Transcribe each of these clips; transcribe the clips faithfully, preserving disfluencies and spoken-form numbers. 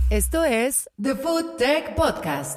Esto es The Food Tech Podcast.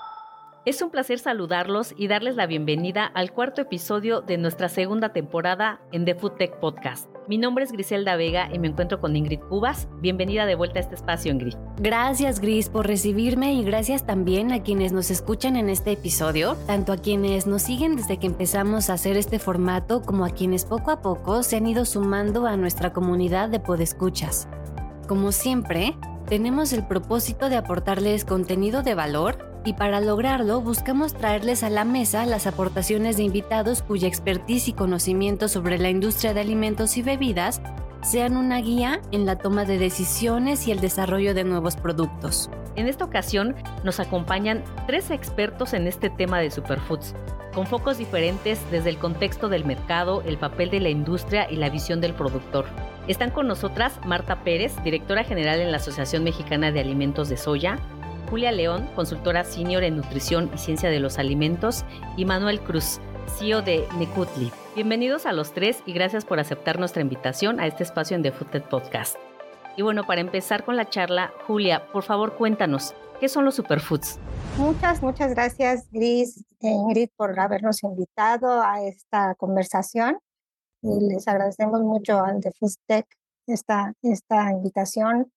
Es un placer saludarlos y darles la bienvenida al cuarto episodio de nuestra segunda temporada en The Food Tech Podcast. Mi nombre es Griselda Vega y me encuentro con Ingrid Cubas. Bienvenida de vuelta a este espacio, Ingrid. Gracias, Gris, por recibirme y gracias también a quienes nos escuchan en este episodio, tanto a quienes nos siguen desde que empezamos a hacer este formato como a quienes poco a poco se han ido sumando a nuestra comunidad de podescuchas. Como siempre, tenemos el propósito de aportarles contenido de valor y para lograrlo buscamos traerles a la mesa las aportaciones de invitados cuya expertise y conocimiento sobre la industria de alimentos y bebidas sean una guía en la toma de decisiones y el desarrollo de nuevos productos. En esta ocasión nos acompañan tres expertos en este tema de superfoods, con focos diferentes desde el contexto del mercado, el papel de la industria y la visión del productor. Están con nosotras Marta Pérez, directora general en la Asociación Mexicana de Alimentos de Soya, Julia León, consultora senior en nutrición y ciencia de los alimentos, y Manuel Cruz, C E O de Necutli. Bienvenidos a los tres y gracias por aceptar nuestra invitación a este espacio en The Food Tech Podcast. Y bueno, para empezar con la charla, Julia, por favor cuéntanos, ¿qué son los superfoods? Muchas, muchas gracias, Gris e Ingrid, por habernos invitado a esta conversación. Y les agradecemos mucho al The Food Tech esta, esta invitación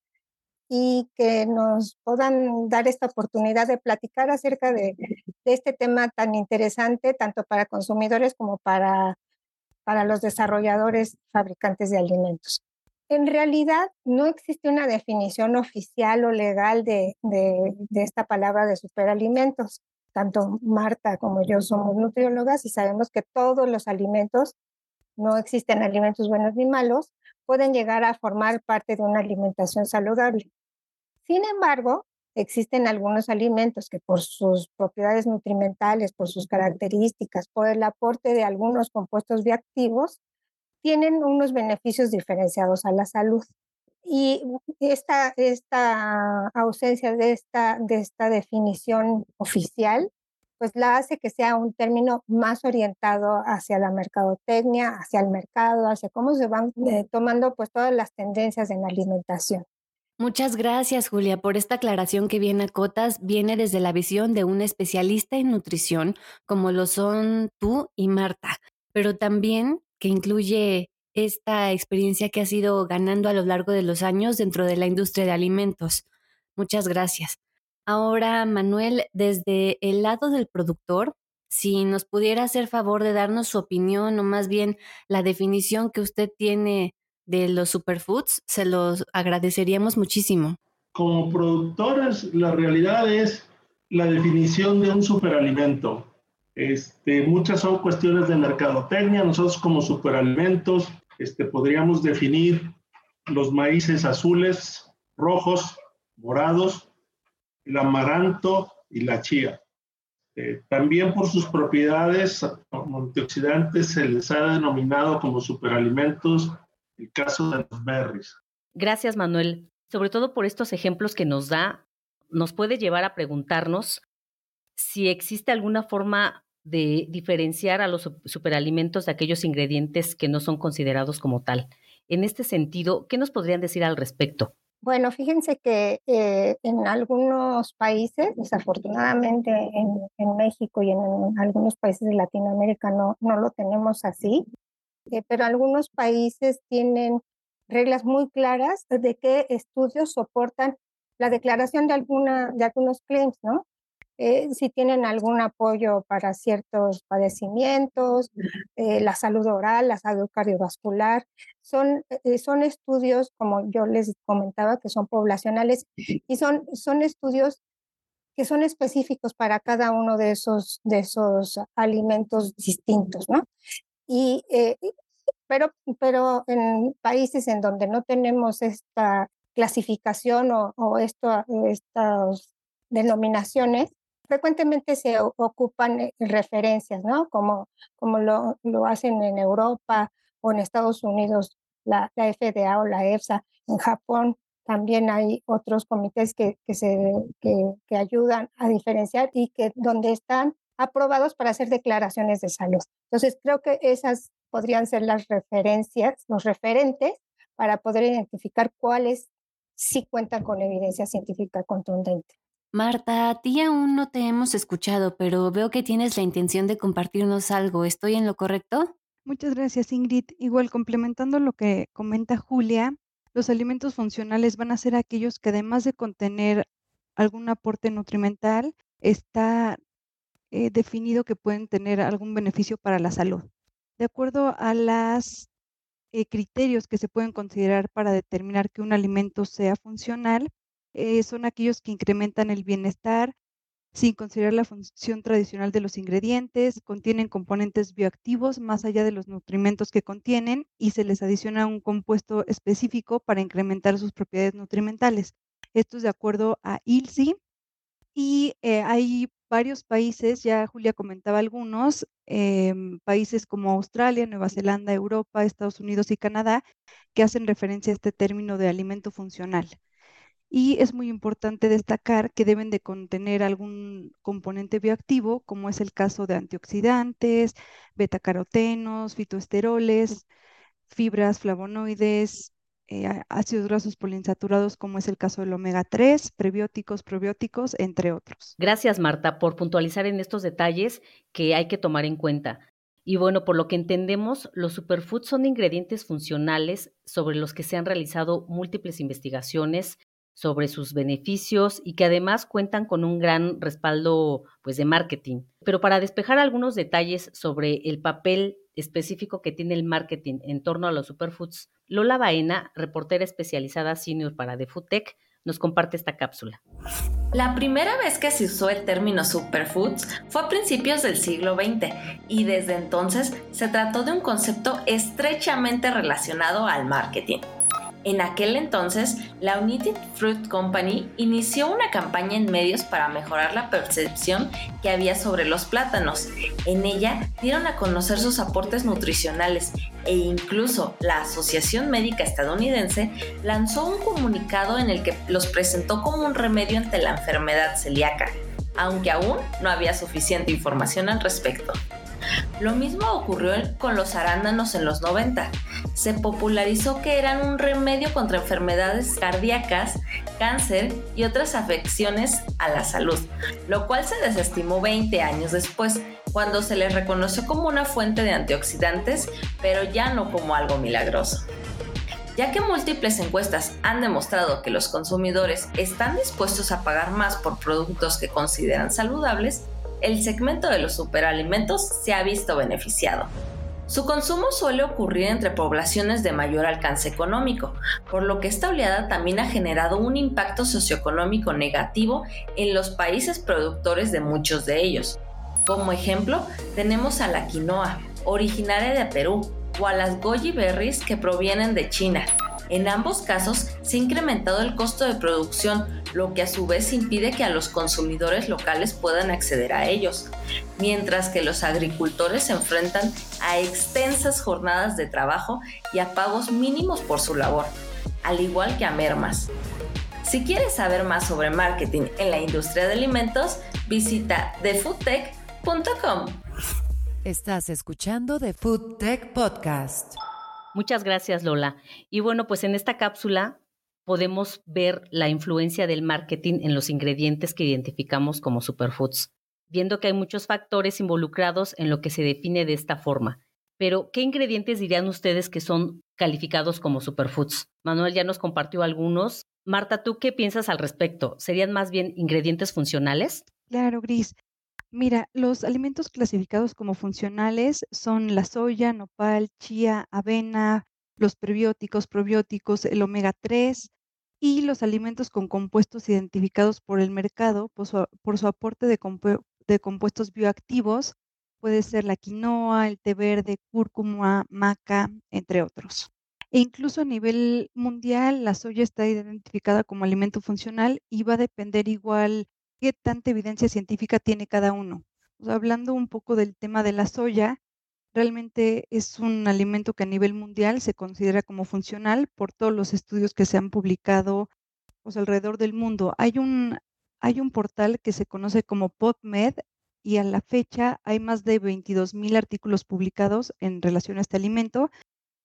y que nos puedan dar esta oportunidad de platicar acerca de, de este tema tan interesante, tanto para consumidores como para, para los desarrolladores fabricantes de alimentos. En realidad, no existe una definición oficial o legal de, de, de esta palabra de superalimentos. Tanto Marta como yo somos nutriólogas y sabemos que todos los alimentos, no existen alimentos buenos ni malos, pueden llegar a formar parte de una alimentación saludable. Sin embargo, existen algunos alimentos que por sus propiedades nutrimentales, por sus características, por el aporte de algunos compuestos bioactivos, tienen unos beneficios diferenciados a la salud. Y esta, esta ausencia de esta, de esta definición oficial, pues la hace que sea un término más orientado hacia la mercadotecnia, hacia el mercado, hacia cómo se van eh, tomando pues todas las tendencias en la alimentación. Muchas gracias, Julia, por esta aclaración que bien acotas, viene desde la visión de un especialista en nutrición, como lo son tú y Marta, pero también que incluye esta experiencia que has ido ganando a lo largo de los años dentro de la industria de alimentos. Muchas gracias. Ahora, Manuel, desde el lado del productor, si nos pudiera hacer favor de darnos su opinión o más bien la definición que usted tiene de los superfoods, se los agradeceríamos muchísimo. Como productores, la realidad es la definición de un superalimento. Este, muchas son cuestiones de mercadotecnia. Nosotros como superalimentos este, podríamos definir los maíces azules, rojos, morados, el amaranto y la chía. Eh, también por sus propiedades antioxidantes se les ha denominado como superalimentos el caso de los berries. Gracias, Manuel. Sobre todo por estos ejemplos que nos da, nos puede llevar a preguntarnos si existe alguna forma de diferenciar a los superalimentos de aquellos ingredientes que no son considerados como tal. En este sentido, ¿qué nos podrían decir al respecto? Bueno, fíjense que eh, en algunos países, desafortunadamente en, en México y en, en algunos países de Latinoamérica no, no lo tenemos así, eh, pero algunos países tienen reglas muy claras de qué estudios soportan la declaración de, alguna, de algunos claims, ¿no? Eh, si tienen algún apoyo para ciertos padecimientos, eh, la salud oral, la salud cardiovascular. Son, eh, son estudios, como yo les comentaba, que son poblacionales y son, son estudios que son específicos para cada uno de esos, de esos alimentos distintos, ¿no? Y, eh, pero, pero en países en donde no tenemos esta clasificación o, o esto, estas denominaciones, frecuentemente se ocupan referencias, ¿no? Como, como lo, lo hacen en Europa o en Estados Unidos, la, la F D A o la EFSA. En Japón también hay otros comités que, que, se, que, que ayudan a diferenciar y que donde están aprobados para hacer declaraciones de salud. Entonces, creo que esas podrían ser las referencias, los referentes para poder identificar cuáles sí cuentan con evidencia científica contundente. Marta, a ti aún no te hemos escuchado, pero veo que tienes la intención de compartirnos algo. ¿Estoy en lo correcto? Muchas gracias, Ingrid. Igual, complementando lo que comenta Julia, los alimentos funcionales van a ser aquellos que, además de contener algún aporte nutrimental, está eh, definido que pueden tener algún beneficio para la salud. De acuerdo a los eh, criterios que se pueden considerar para determinar que un alimento sea funcional, eh, son aquellos que incrementan el bienestar, sin considerar la función tradicional de los ingredientes, contienen componentes bioactivos más allá de los nutrimentos que contienen y se les adiciona un compuesto específico para incrementar sus propiedades nutrimentales. Esto es de acuerdo a I L S I y eh, hay varios países, ya Julia comentaba algunos, eh, países como Australia, Nueva Zelanda, Europa, Estados Unidos y Canadá, que hacen referencia a este término de alimento funcional. Y es muy importante destacar que deben de contener algún componente bioactivo, como es el caso de antioxidantes, betacarotenos, fitoesteroles, fibras, flavonoides, eh, ácidos grasos poliinsaturados, como es el caso del omega tres, prebióticos, probióticos, entre otros. Gracias, Marta, por puntualizar en estos detalles que hay que tomar en cuenta. Y bueno, por lo que entendemos, los superfoods son ingredientes funcionales sobre los que se han realizado múltiples investigaciones sobre sus beneficios y que además cuentan con un gran respaldo, pues, de marketing. Pero para despejar algunos detalles sobre el papel específico que tiene el marketing en torno a los superfoods, Lola Baena, reportera especializada senior para The Food Tech, nos comparte esta cápsula. La primera vez que se usó el término superfoods fue a principios del siglo veinte y desde entonces se trató de un concepto estrechamente relacionado al marketing. En aquel entonces, la United Fruit Company inició una campaña en medios para mejorar la percepción que había sobre los plátanos. En ella dieron a conocer sus aportes nutricionales e incluso la Asociación Médica Estadounidense lanzó un comunicado en el que los presentó como un remedio ante la enfermedad celíaca, aunque aún no había suficiente información al respecto. Lo mismo ocurrió con los arándanos en los noventa. Se popularizó que eran un remedio contra enfermedades cardíacas, cáncer y otras afecciones a la salud, lo cual se desestimó veinte años después, cuando se les reconoció como una fuente de antioxidantes, pero ya no como algo milagroso. Ya que múltiples encuestas han demostrado que los consumidores están dispuestos a pagar más por productos que consideran saludables, el segmento de los superalimentos se ha visto beneficiado. Su consumo suele ocurrir entre poblaciones de mayor alcance económico, por lo que esta oleada también ha generado un impacto socioeconómico negativo en los países productores de muchos de ellos. Como ejemplo, tenemos a la quinoa, originaria de Perú, o a las goji berries que provienen de China. En ambos casos se ha incrementado el costo de producción, lo que a su vez impide que a los consumidores locales puedan acceder a ellos, mientras que los agricultores se enfrentan a extensas jornadas de trabajo y a pagos mínimos por su labor, al igual que a mermas. Si quieres saber más sobre marketing en la industria de alimentos, visita the food tech punto com. Estás escuchando The Food Tech Podcast. Muchas gracias, Lola. Y bueno, pues en esta cápsula podemos ver la influencia del marketing en los ingredientes que identificamos como superfoods, viendo que hay muchos factores involucrados en lo que se define de esta forma. Pero, ¿qué ingredientes dirían ustedes que son calificados como superfoods? Manuel ya nos compartió algunos. Marta, ¿tú qué piensas al respecto? ¿Serían más bien ingredientes funcionales? Claro, Gris. Mira, los alimentos clasificados como funcionales son la soya, nopal, chía, avena, los prebióticos, probióticos, el omega tres y los alimentos con compuestos identificados por el mercado por su, por su aporte de, compu- de compuestos bioactivos. Puede ser la quinoa, el té verde, cúrcuma, maca, entre otros. E incluso a nivel mundial, la soya está identificada como alimento funcional y va a depender igual qué tanta evidencia científica tiene cada uno. O sea, hablando un poco del tema de la soya, realmente es un alimento que a nivel mundial se considera como funcional por todos los estudios que se han publicado, pues, alrededor del mundo. Hay un, hay un portal que se conoce como PubMed y a la fecha hay más de veintidós mil artículos publicados en relación a este alimento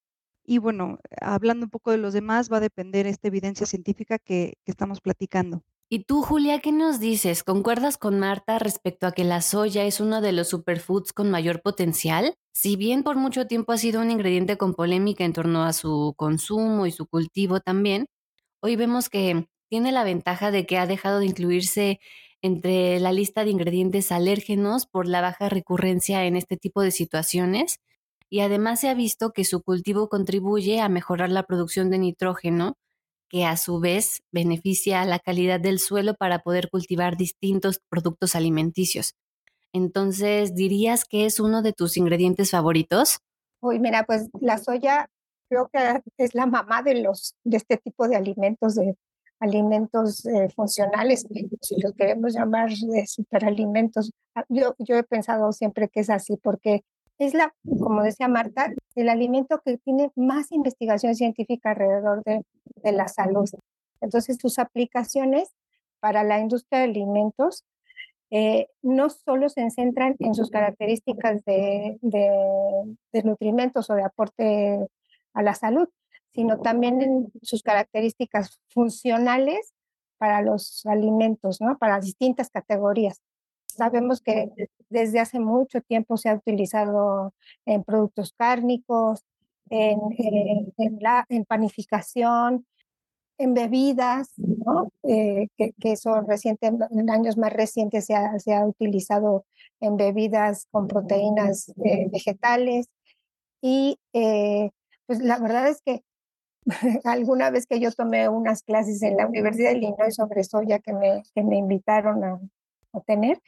Y bueno, hablando un poco de los demás, va a depender esta evidencia científica que, que estamos platicando. ¿Y tú, Julia, qué nos dices? ¿Concuerdas con Marta respecto a que la soya es uno de los superfoods con mayor potencial? Si bien por mucho tiempo ha sido un ingrediente con polémica en torno a su consumo y su cultivo también, hoy vemos que tiene la ventaja de que ha dejado de incluirse entre la lista de ingredientes alérgenos por la baja recurrencia en este tipo de situaciones, y además se ha visto que su cultivo contribuye a mejorar la producción de nitrógeno, que a su vez beneficia a la calidad del suelo para poder cultivar distintos productos alimenticios. Entonces, ¿dirías que es uno de tus ingredientes favoritos? Uy, mira, pues la soya creo que es la mamá de los de este tipo de alimentos, de alimentos eh, funcionales, si los queremos llamar de superalimentos. Yo, yo he pensado siempre que es así, porque es la, como decía Marta, el alimento que tiene más investigación científica alrededor de, de la salud. Entonces, sus aplicaciones para la industria de alimentos eh, no solo se centran en sus características de, de, de nutrimentos o de aporte a la salud, sino también en sus características funcionales para los alimentos, ¿no? Para distintas categorías. Sabemos que desde hace mucho tiempo se ha utilizado en productos cárnicos, en, en, en, la, en panificación, en bebidas, ¿no? Eh, que, que son recientes, en años más recientes se ha, se ha utilizado en bebidas con proteínas eh, vegetales. Y eh, pues la verdad es que alguna vez que yo tomé unas clases en la Universidad de Illinois sobre soya que me, que me invitaron a, a tener,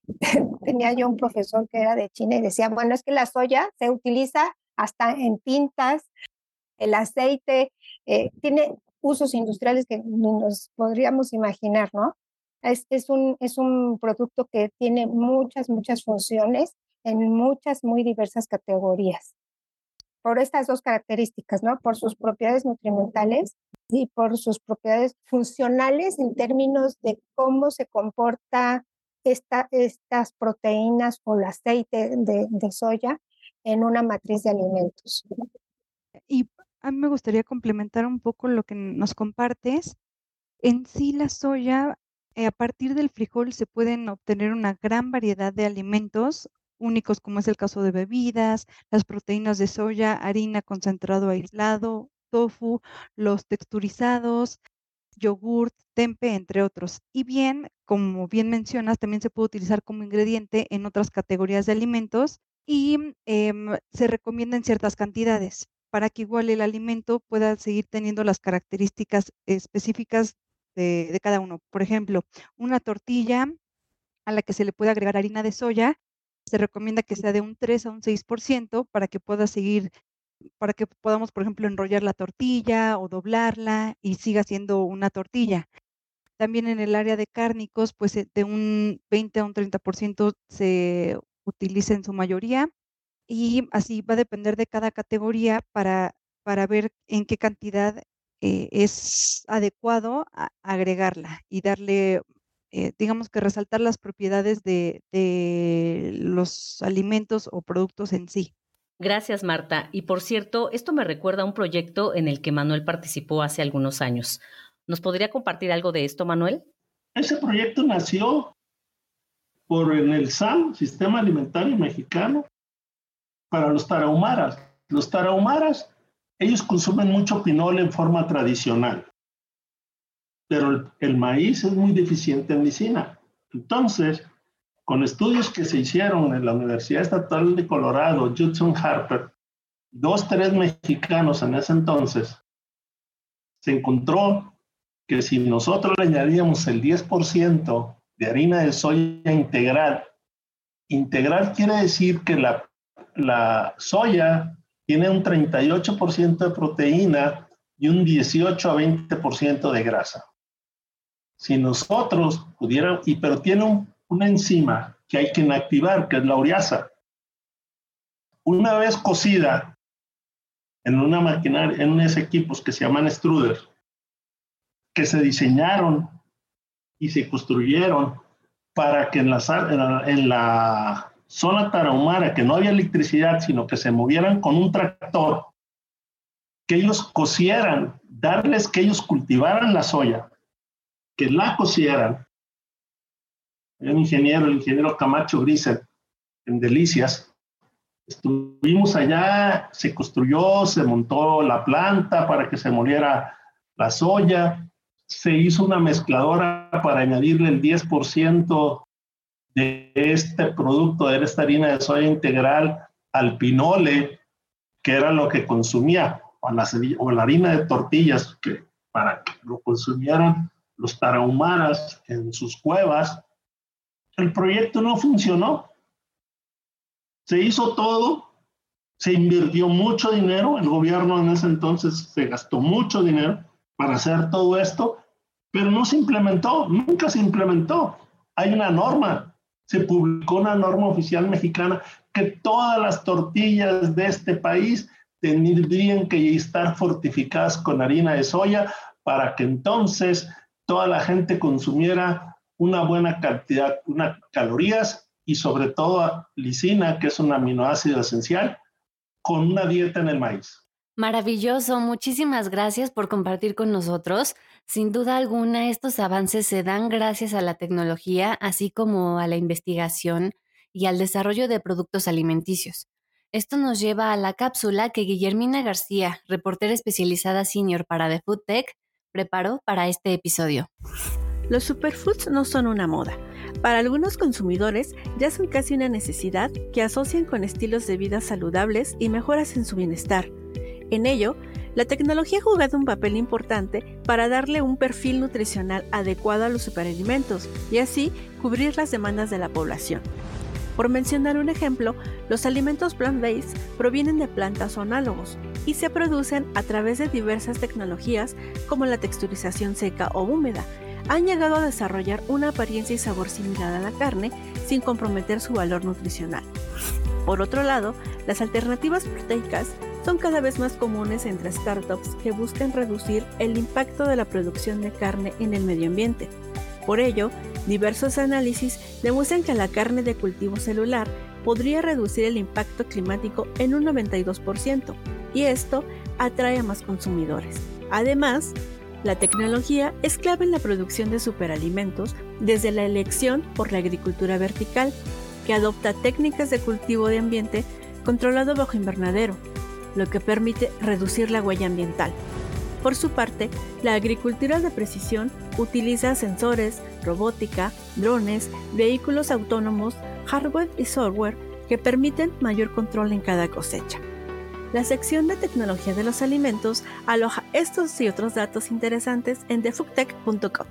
tenía yo un profesor que era de China y decía, bueno, es que la soya se utiliza hasta en tintas, el aceite, eh, tiene usos industriales que ni nos podríamos imaginar, ¿no? Es, es, un, es un producto que tiene muchas, muchas funciones en muchas, muy diversas categorías. Por estas dos características, ¿no? Por sus propiedades nutrimentales y por sus propiedades funcionales en términos de cómo se comporta esta, estas proteínas o el aceite de, de soya en una matriz de alimentos. Y a mí me gustaría complementar un poco lo que nos compartes. En sí, la soya, eh, a partir del frijol se pueden obtener una gran variedad de alimentos únicos, como es el caso de bebidas, las proteínas de soya, harina, concentrado aislado, tofu, los texturizados, yogurt, tempe, entre otros. Y bien, como bien mencionas, también se puede utilizar como ingrediente en otras categorías de alimentos y eh, se recomienda en ciertas cantidades para que igual el alimento pueda seguir teniendo las características específicas de, de cada uno. Por ejemplo, una tortilla a la que se le puede agregar harina de soya, se recomienda que sea de un tres a un seis por ciento para que pueda seguir, para que podamos, por ejemplo, enrollar la tortilla o doblarla y siga siendo una tortilla. También en el área de cárnicos, pues de un veinte a un treinta por ciento se utiliza en su mayoría, y así va a depender de cada categoría para, para ver en qué cantidad eh, es adecuado a, agregarla y darle, eh, digamos que resaltar las propiedades de, de los alimentos o productos en sí. Gracias, Marta. Y por cierto, esto me recuerda a un proyecto en el que Manuel participó hace algunos años. ¿Nos podría compartir algo de esto, Manuel? Ese proyecto nació por en el S A M, Sistema Alimentario Mexicano, para los tarahumaras. Los tarahumaras, ellos consumen mucho pinole en forma tradicional, pero el, el maíz es muy deficiente en lisina. Entonces, con estudios que se hicieron en la Universidad Estatal de Colorado, Judson Harper, dos, tres mexicanos en ese entonces, se encontró que si nosotros le añadíamos el diez por ciento de harina de soya integral, integral quiere decir que la La soya tiene un treinta y ocho por ciento de proteína y un dieciocho a veinte por ciento de grasa. Si nosotros pudiéramos, y pero tiene un, una enzima que hay que inactivar, que es la ureasa. Una vez cocida en una maquinaria, en unos equipos que se llaman extruders, que se diseñaron y se construyeron para que en la, en la, en la zona tarahumara, que no había electricidad, sino que se movieran con un tractor, que ellos cocieran, darles que ellos cultivaran la soya, que la cocieran. Hay un ingeniero, el ingeniero Camacho Grisel, en Delicias. Estuvimos allá, se construyó, se montó la planta para que se moliera la soya, se hizo una mezcladora para añadirle el diez por ciento de este producto, de esta harina de soya integral al pinole, que era lo que consumía, o la, o la harina de tortillas, que para que lo consumieran los tarahumaras en sus cuevas. El proyecto no funcionó. Se hizo todo, se invirtió mucho dinero, el gobierno en ese entonces se gastó mucho dinero para hacer todo esto, pero no se implementó, nunca se implementó. Hay una norma, se publicó una norma oficial mexicana que todas las tortillas de este país tendrían que estar fortificadas con harina de soya para que entonces toda la gente consumiera una buena cantidad, unas calorías y sobre todo lisina, que es un aminoácido esencial, con una dieta en el maíz. Maravilloso, muchísimas gracias por compartir con nosotros. Sin duda alguna, estos avances se dan gracias a la tecnología, así como a la investigación y al desarrollo de productos alimenticios. Esto nos lleva a la cápsula que Guillermina García, reportera especializada senior para The Food Tech, preparó para este episodio. Los superfoods no son una moda. Para algunos consumidores ya son casi una necesidad que asocian con estilos de vida saludables y mejoras en su bienestar. En ello, la tecnología ha jugado un papel importante para darle un perfil nutricional adecuado a los superalimentos y así cubrir las demandas de la población. Por mencionar un ejemplo, los alimentos plant-based provienen de plantas o análogos y se producen a través de diversas tecnologías como la texturización seca o húmeda. Han llegado a desarrollar una apariencia y sabor similar a la carne sin comprometer su valor nutricional. Por otro lado, las alternativas proteicas son cada vez más comunes entre startups que buscan reducir el impacto de la producción de carne en el medio ambiente. Por ello, diversos análisis demuestran que la carne de cultivo celular podría reducir el impacto climático en un noventa y dos por ciento, y esto atrae a más consumidores. Además, la tecnología es clave en la producción de superalimentos, desde la elección por la agricultura vertical, que adopta técnicas de cultivo de ambiente controlado bajo invernadero, lo que permite reducir la huella ambiental. Por su parte, la agricultura de precisión utiliza sensores, robótica, drones, vehículos autónomos, hardware y software que permiten mayor control en cada cosecha. La sección de tecnología de los alimentos aloja estos y otros datos interesantes en the food tech punto com.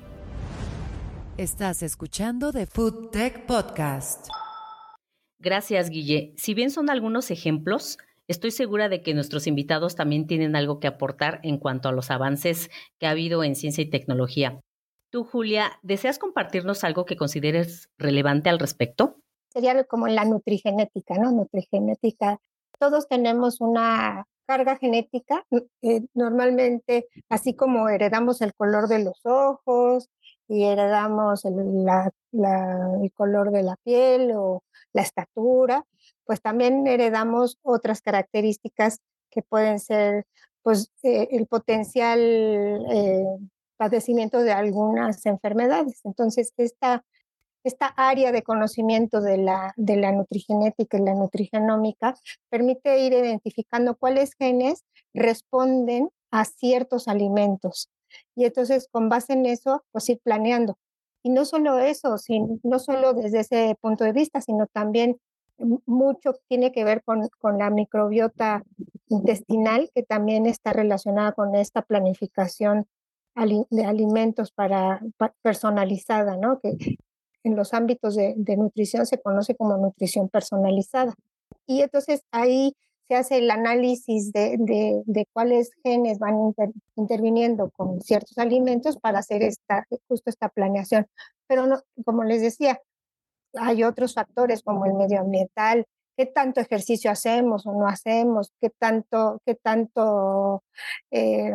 Estás escuchando The Food Tech Podcast. Gracias, Guille. Si bien son algunos ejemplos, estoy segura de que nuestros invitados también tienen algo que aportar en cuanto a los avances que ha habido en ciencia y tecnología. Tú, Julia, ¿deseas compartirnos algo que consideres relevante al respecto? Sería como la nutrigenética, ¿no? Nutrigenética. Todos tenemos una carga genética. Eh, normalmente, así como heredamos el color de los ojos y heredamos el, la, la, el color de la piel o la estatura, pues también heredamos otras características que pueden ser pues, eh, el potencial eh, padecimiento de algunas enfermedades. Entonces, esta, esta área de conocimiento de la, de la nutrigenética y la nutrigenómica permite ir identificando cuáles genes responden a ciertos alimentos. Y entonces, con base en eso, pues ir planeando. Y no solo eso, sino, no solo desde ese punto de vista, sino también mucho tiene que ver con, con la microbiota intestinal, que también está relacionada con esta planificación de alimentos para, para personalizada, ¿no? Que en los ámbitos de, de nutrición se conoce como nutrición personalizada. Y entonces ahí se hace el análisis de, de, de cuáles genes van inter, interviniendo con ciertos alimentos para hacer esta, justo esta planeación. Pero no, como les decía, hay otros factores como el medioambiental, qué tanto ejercicio hacemos o no hacemos, qué tanto, qué tanto eh,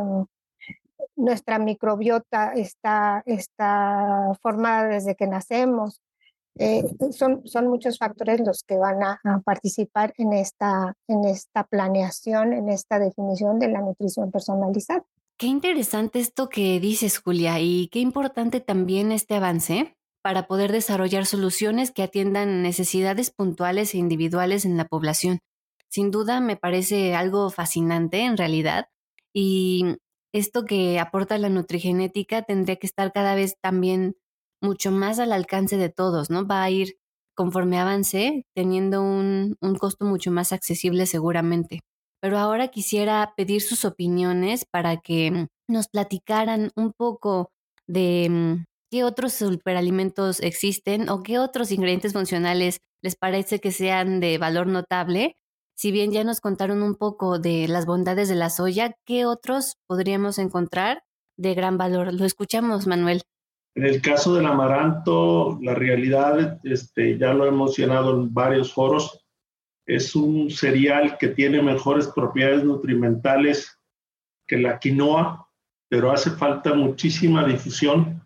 nuestra microbiota está, está formada desde que nacemos. Eh, son, son muchos factores los que van a, a participar en esta, en esta planeación, en esta definición de la nutrición personalizada. Qué interesante esto que dices, Julia, y qué importante también este avance para poder desarrollar soluciones que atiendan necesidades puntuales e individuales en la población. Sin duda me parece algo fascinante en realidad, y esto que aporta la nutrigenética tendría que estar cada vez también mucho más al alcance de todos, ¿no? Va a ir, conforme avance, teniendo un, un costo mucho más accesible seguramente. Pero ahora quisiera pedir sus opiniones para que nos platicaran un poco de qué otros superalimentos existen o qué otros ingredientes funcionales les parece que sean de valor notable. Si bien ya nos contaron un poco de las bondades de la soya, ¿qué otros podríamos encontrar de gran valor? Lo escuchamos, Manuel. En el caso del amaranto, la realidad, este, ya lo hemos mencionado en varios foros, es un cereal que tiene mejores propiedades nutrimentales que la quinoa, pero hace falta muchísima difusión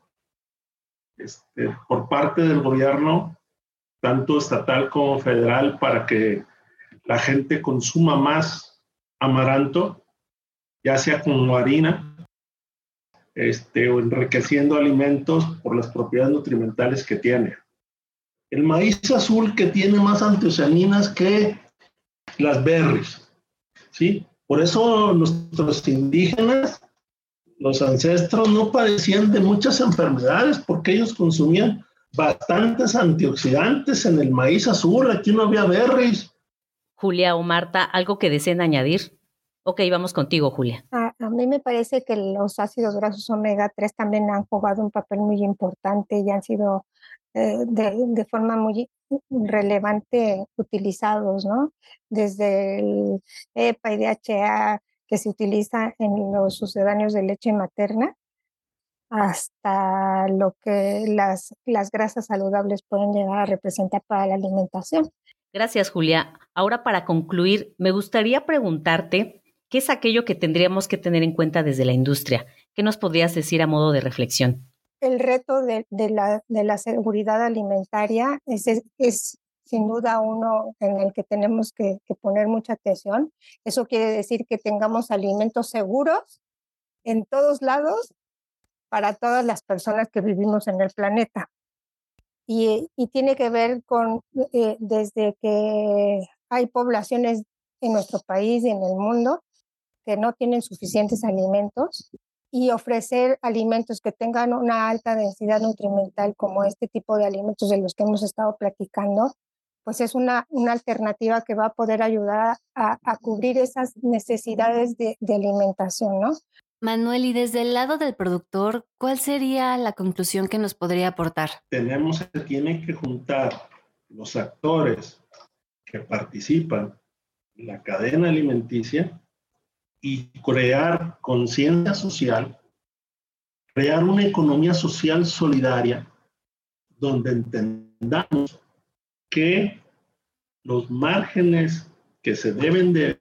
este, por parte del gobierno, tanto estatal como federal, para que la gente consuma más amaranto, ya sea como harina, este, o enriqueciendo alimentos por las propiedades nutrimentales que tiene. El maíz azul, que tiene más antocianinas que las berries, ¿sí? Por eso nuestros indígenas, los ancestros, no padecían de muchas enfermedades, porque ellos consumían bastantes antioxidantes en el maíz azul. Aquí no había berries. Julia o Marta, ¿algo que deseen añadir? Ok, vamos contigo, Julia. A, a mí me parece que los ácidos grasos omega tres también han jugado un papel muy importante y han sido eh, de, de forma muy relevante utilizados, ¿no? Desde el E P A y D H A que se utiliza en los sucedáneos de leche materna, hasta lo que las, las grasas saludables pueden llegar a representar para la alimentación. Gracias, Julia. Ahora, para concluir, me gustaría preguntarte ¿qué es aquello que tendríamos que tener en cuenta desde la industria? ¿Qué nos podrías decir a modo de reflexión? El reto de, de, la, de la seguridad alimentaria es, es, es sin duda uno en el que tenemos que, que poner mucha atención. Eso quiere decir que tengamos alimentos seguros en todos lados para todas las personas que vivimos en el planeta. Y, y tiene que ver con eh, desde que hay poblaciones en nuestro país y en el mundo que no tienen suficientes alimentos, y ofrecer alimentos que tengan una alta densidad nutrimental como este tipo de alimentos de los que hemos estado platicando, pues es una, una alternativa que va a poder ayudar a, a cubrir esas necesidades de, de alimentación, ¿no? Manuel, y desde el lado del productor, ¿cuál sería la conclusión que nos podría aportar? Tenemos que tienen que juntar los actores que participan en la cadena alimenticia y crear conciencia social, crear una economía social solidaria donde entendamos que los márgenes que se deben de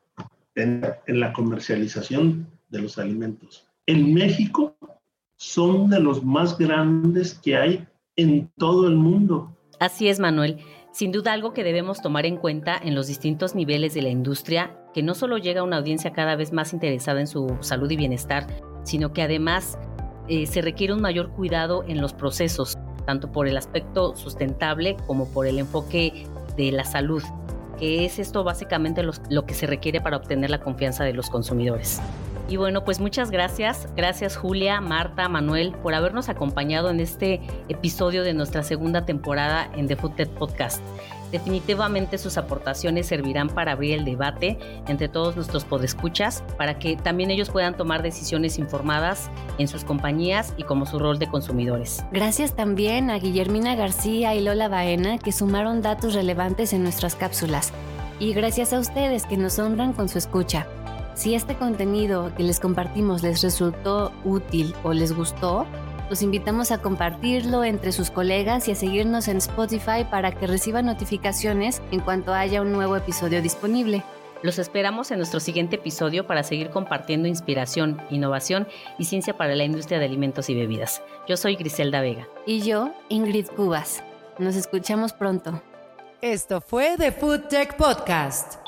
tener en la comercialización de los alimentos en México son de los más grandes que hay en todo el mundo. Así es, Manuel. Sin duda, algo que debemos tomar en cuenta en los distintos niveles de la industria, que no solo llega a una audiencia cada vez más interesada en su salud y bienestar, sino que además eh, se requiere un mayor cuidado en los procesos, tanto por el aspecto sustentable como por el enfoque de la salud, que es esto básicamente lo, lo que se requiere para obtener la confianza de los consumidores. Y bueno, pues muchas gracias. Gracias, Julia, Marta, Manuel, por habernos acompañado en este episodio de nuestra segunda temporada en The Food Tech Podcast. Definitivamente sus aportaciones servirán para abrir el debate entre todos nuestros podescuchas, para que también ellos puedan tomar decisiones informadas en sus compañías y como su rol de consumidores. Gracias también a Guillermina García y Lola Baena, que sumaron datos relevantes en nuestras cápsulas. Y gracias a ustedes que nos honran con su escucha. Si este contenido que les compartimos les resultó útil o les gustó, los invitamos a compartirlo entre sus colegas y a seguirnos en Spotify para que reciban notificaciones en cuanto haya un nuevo episodio disponible. Los esperamos en nuestro siguiente episodio para seguir compartiendo inspiración, innovación y ciencia para la industria de alimentos y bebidas. Yo soy Griselda Vega. Y yo, Ingrid Cubas. Nos escuchamos pronto. Esto fue The Food Tech Podcast.